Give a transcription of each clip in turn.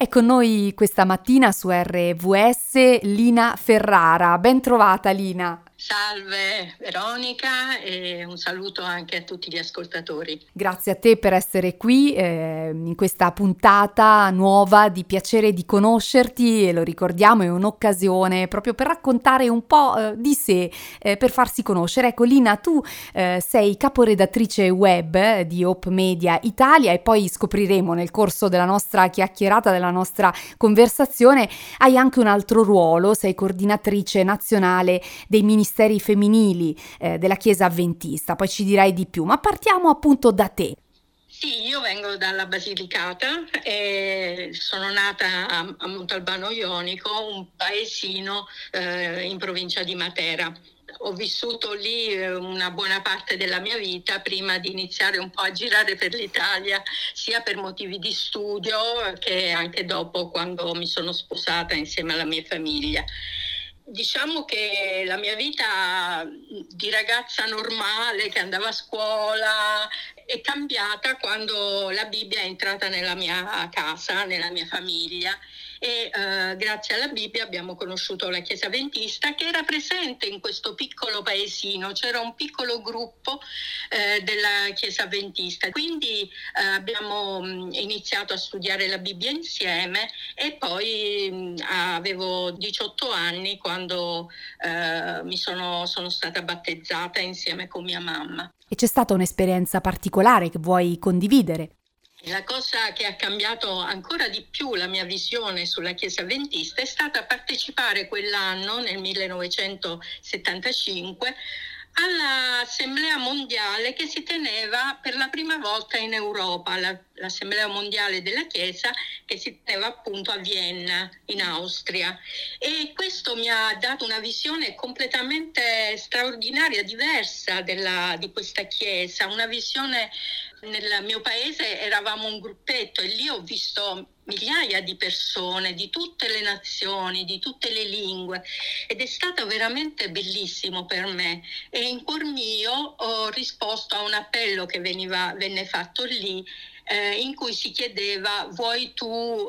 È con noi questa mattina su RVS Lina Ferrara. Ben trovata Lina. Salve Veronica e un saluto anche a tutti gli ascoltatori. Grazie a te per essere qui in questa puntata nuova di Piacere di conoscerti, e lo ricordiamo, è un'occasione proprio per raccontare un po' di sé, per farsi conoscere. Ecco Lina, tu sei caporedattrice web di Hope Media Italia e poi scopriremo nel corso della nostra chiacchierata, della nostra conversazione, hai anche un altro ruolo, sei coordinatrice nazionale dei ministeri femminili della Chiesa Avventista, poi ci dirai di più, ma partiamo appunto da te. Sì, io vengo dalla Basilicata e sono nata a Montalbano Ionico, un paesino in provincia di Matera. Ho vissuto lì una buona parte della mia vita prima di iniziare un po' a girare per l'Italia, sia per motivi di studio che anche dopo, quando mi sono sposata insieme alla mia famiglia. Diciamo che la mia vita di ragazza normale che andava a scuola è cambiata quando la Bibbia è entrata nella mia casa, nella mia famiglia, e grazie alla Bibbia abbiamo conosciuto la Chiesa Adventista, che era presente in questo piccolo paesino. C'era un piccolo gruppo della Chiesa Adventista, quindi abbiamo iniziato a studiare la Bibbia insieme e poi avevo 18 anni quando sono stata battezzata insieme con mia mamma. E c'è stata un'esperienza particolare che vuoi condividere? La cosa che ha cambiato ancora di più la mia visione sulla Chiesa Adventista è stata partecipare quell'anno, nel 1975, all'Assemblea Mondiale che si teneva per la prima volta in Europa, l'Assemblea Mondiale della Chiesa, che si teneva appunto a Vienna, in Austria. E questo mi ha dato una visione completamente straordinaria, diversa di questa Chiesa, una visione. Nel mio paese eravamo un gruppetto e lì ho visto migliaia di persone di tutte le nazioni, di tutte le lingue, ed è stato veramente bellissimo per me. E in cuor mio ho risposto a un appello che venne fatto lì, in cui si chiedeva: vuoi tu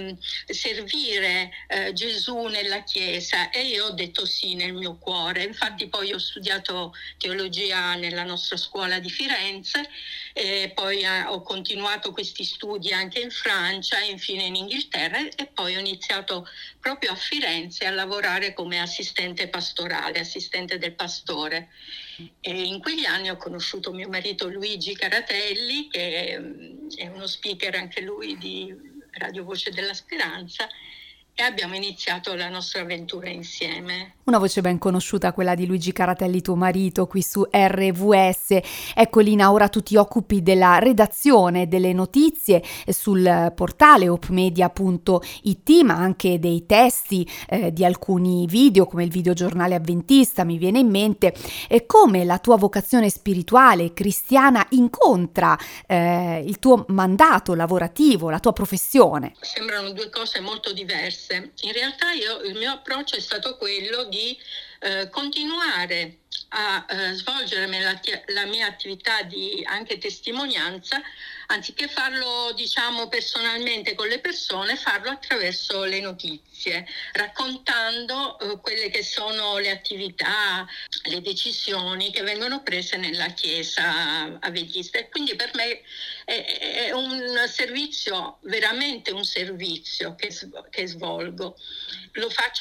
servire Gesù nella Chiesa? E io ho detto sì nel mio cuore. Infatti poi ho studiato teologia nella nostra scuola di Firenze e poi ho continuato questi studi anche in Francia, infine in Inghilterra, e poi ho iniziato proprio a Firenze a lavorare come assistente pastorale, assistente del pastore. E in quegli anni ho conosciuto mio marito Luigi Caratelli, che è uno speaker anche lui di Radio Voce della Speranza, e abbiamo iniziato la nostra avventura insieme. Una voce ben conosciuta, quella di Luigi Caratelli, tuo marito, qui su RVS. Ecco Lina, ora tu ti occupi della redazione delle notizie sul portale hopemedia.it, ma anche dei testi di alcuni video, come il videogiornale Adventista, mi viene in mente. Come la tua vocazione spirituale cristiana incontra il tuo mandato lavorativo, la tua professione? Sembrano due cose molto diverse. In realtà il mio approccio è stato quello di continuare a svolgere la mia attività di anche testimonianza, anziché farlo personalmente con le persone, farlo attraverso le notizie, raccontando quelle che sono le attività, le decisioni che vengono prese nella Chiesa Adventista. E quindi per me è un servizio, veramente un servizio che svolgo. Lo faccio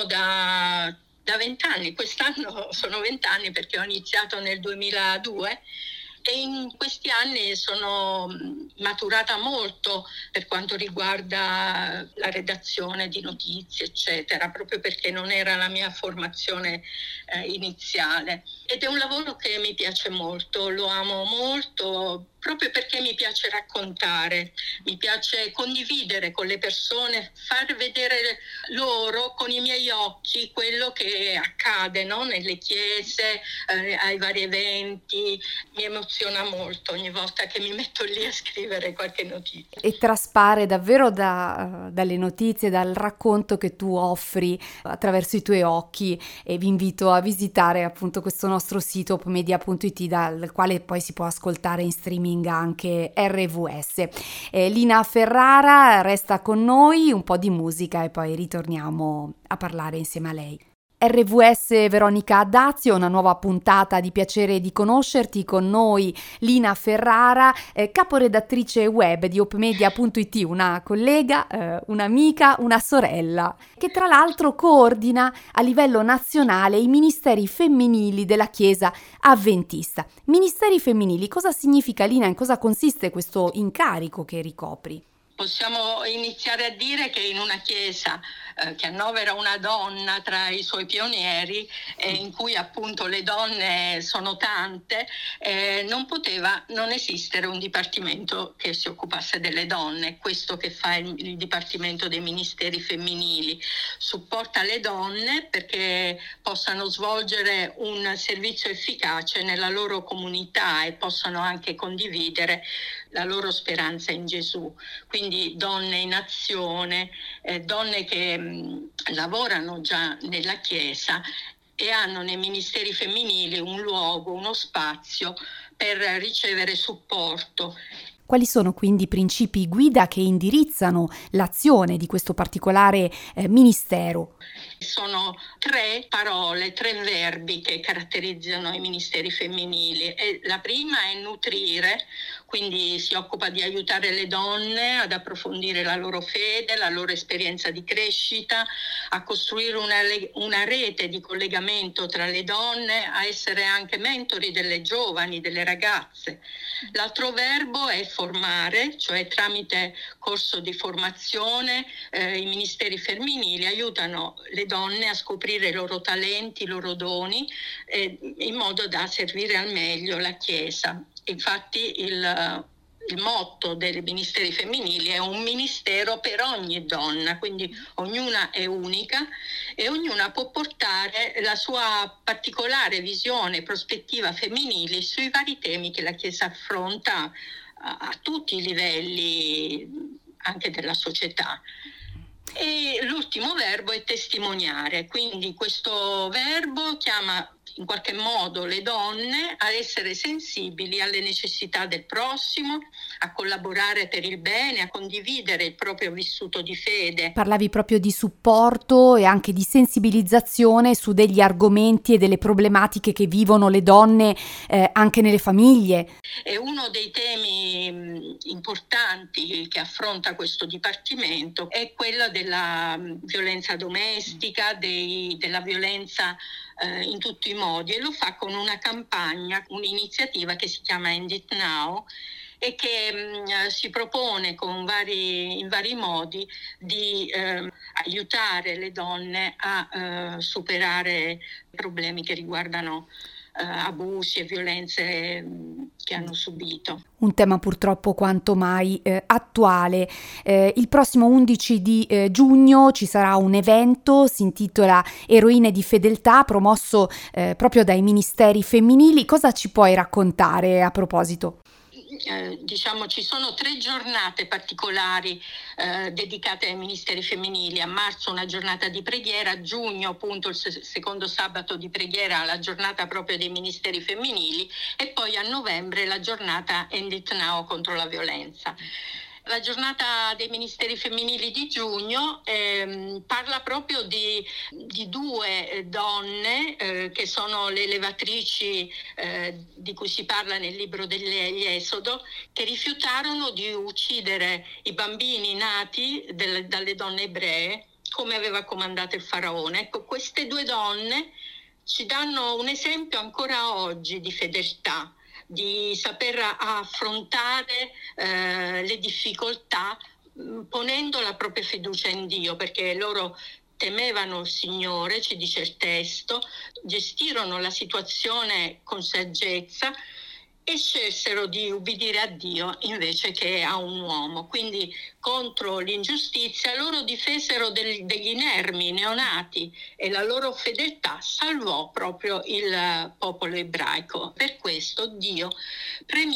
da 20 anni, quest'anno sono 20 anni perché ho iniziato nel 2002 e in questi anni sono maturata molto per quanto riguarda la redazione di notizie, eccetera, proprio perché non era la mia formazione iniziale. Ed è un lavoro che mi piace molto, lo amo molto, proprio perché mi piace raccontare, mi piace condividere con le persone, far vedere loro con i miei occhi quello che accade, no? Nelle chiese, ai vari eventi. Mi emoziona molto ogni volta che mi metto lì a scrivere qualche notizia. E traspare davvero dalle notizie, dal racconto che tu offri attraverso i tuoi occhi, e vi invito a visitare appunto questo nostro sito hopemedia.it, dal quale poi si può ascoltare in streaming streaming anche RVS. Lina Ferrara resta con noi, un po' di musica e poi ritorniamo a parlare insieme a lei. RVS Veronica Dazio, una nuova puntata di Piacere di conoscerti, con noi Lina Ferrara, caporedattrice web di opmedia.it, una collega, un'amica, una sorella, che tra l'altro coordina a livello nazionale i ministeri femminili della Chiesa Avventista. Ministeri femminili, cosa significa, Lina? In cosa consiste questo incarico che ricopri? Possiamo iniziare a dire che in una chiesa che annovera una donna tra i suoi pionieri, in cui appunto le donne sono tante, non poteva non esistere un dipartimento che si occupasse delle donne. Questo che fa il Dipartimento dei Ministeri Femminili: supporta le donne perché possano svolgere un servizio efficace nella loro comunità e possano anche condividere la loro speranza in Gesù. Quindi donne in azione, donne che lavorano già nella Chiesa e hanno nei ministeri femminili un luogo, uno spazio per ricevere supporto. Quali sono quindi i principi guida che indirizzano l'azione di questo particolare ministero? Sono 3 parole, 3 verbi che caratterizzano i ministeri femminili. E la prima è nutrire, quindi si occupa di aiutare le donne ad approfondire la loro fede, la loro esperienza di crescita, a costruire una rete di collegamento tra le donne, a essere anche mentori delle giovani, delle ragazze. L'altro verbo è formare, cioè tramite corso di formazione i ministeri femminili aiutano le donne a scoprire i loro talenti, i loro doni, in modo da servire al meglio la Chiesa. Infatti il motto dei ministeri femminili è un ministero per ogni donna, quindi ognuna è unica e ognuna può portare la sua particolare visione, prospettiva femminile sui vari temi che la Chiesa affronta a tutti i livelli anche della società. E l'ultimo verbo è testimoniare, quindi questo verbo chiama in qualche modo le donne a essere sensibili alle necessità del prossimo, a collaborare per il bene, a condividere il proprio vissuto di fede. Parlavi proprio di supporto e anche di sensibilizzazione su degli argomenti e delle problematiche che vivono le donne anche nelle famiglie. È uno dei temi importanti che affronta questo Dipartimento è quello della violenza domestica, della violenza in tutti i modi, e lo fa con una campagna, un'iniziativa che si chiama End It Now e che si propone in vari modi di aiutare le donne a superare problemi che riguardano abusi e violenze che hanno subito. Un tema purtroppo quanto mai attuale. Il prossimo 11 di giugno ci sarà un evento, si intitola Eroine di Fedeltà, promosso proprio dai ministeri femminili. Cosa ci puoi raccontare a proposito? Ci sono 3 giornate particolari dedicate ai ministeri femminili. A marzo una giornata di preghiera, a giugno appunto il secondo sabato di preghiera, la giornata proprio dei ministeri femminili, e poi a novembre la giornata End It Now contro la violenza. La giornata dei ministeri femminili di giugno parla proprio di 2 donne che sono le levatrici di cui si parla nel libro degli Esodo, che rifiutarono di uccidere i bambini nati dalle donne ebree come aveva comandato il faraone. Ecco, queste 2 donne ci danno un esempio ancora oggi di fedeltà, di saper affrontare le difficoltà ponendo la propria fiducia in Dio, perché loro temevano il Signore, ci dice il testo, gestirono la situazione con saggezza e scelsero di ubbidire a Dio invece che a un uomo. Quindi contro l'ingiustizia loro difesero degli inermi neonati e la loro fedeltà salvò proprio il popolo ebraico. Per questo Dio premiò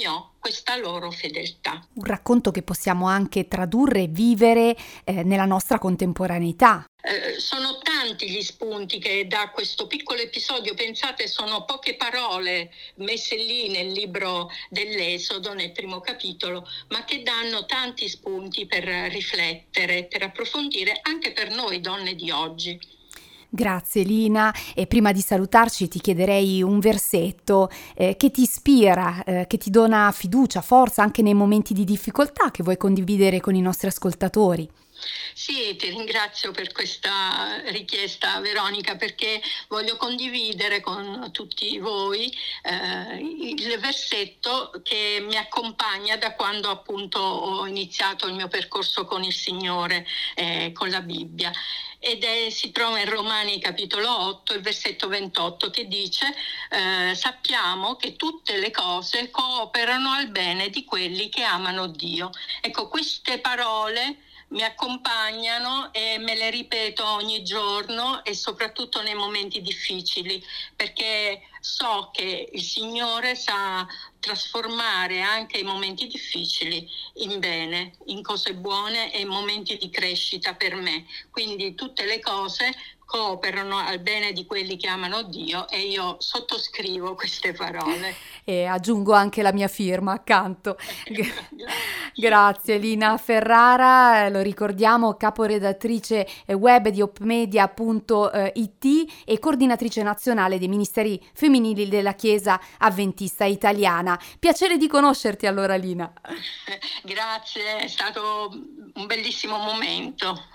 questa loro fedeltà. Un racconto che possiamo anche tradurre e vivere nella nostra contemporaneità. Sono tanti gli spunti che da questo piccolo episodio, pensate, sono poche parole messe lì nel libro dell'Esodo, nel primo capitolo, ma che danno tanti spunti per riflettere, per approfondire anche per noi donne di oggi. Grazie Lina, e prima di salutarci ti chiederei un versetto che ti ispira, che ti dona fiducia, forza anche nei momenti di difficoltà che vuoi condividere con i nostri ascoltatori. Sì, ti ringrazio per questa richiesta, Veronica, perché voglio condividere con tutti voi il versetto che mi accompagna da quando appunto ho iniziato il mio percorso con il Signore, con la Bibbia. Si trova in Romani capitolo 8, il versetto 28, che dice sappiamo che tutte le cose cooperano al bene di quelli che amano Dio. Ecco, queste parole mi accompagnano e me le ripeto ogni giorno e soprattutto nei momenti difficili, perché so che il Signore sa trasformare anche i momenti difficili in bene, in cose buone e in momenti di crescita per me. Quindi tutte le cose cooperano al bene di quelli che amano Dio, e io sottoscrivo queste parole. E aggiungo anche la mia firma accanto. Grazie Lina Ferrara, lo ricordiamo, caporedattrice web di opmedia.it e coordinatrice nazionale dei ministeri femminili della Chiesa Avventista Italiana. Piacere di conoscerti allora, Lina. Grazie, è stato un bellissimo momento.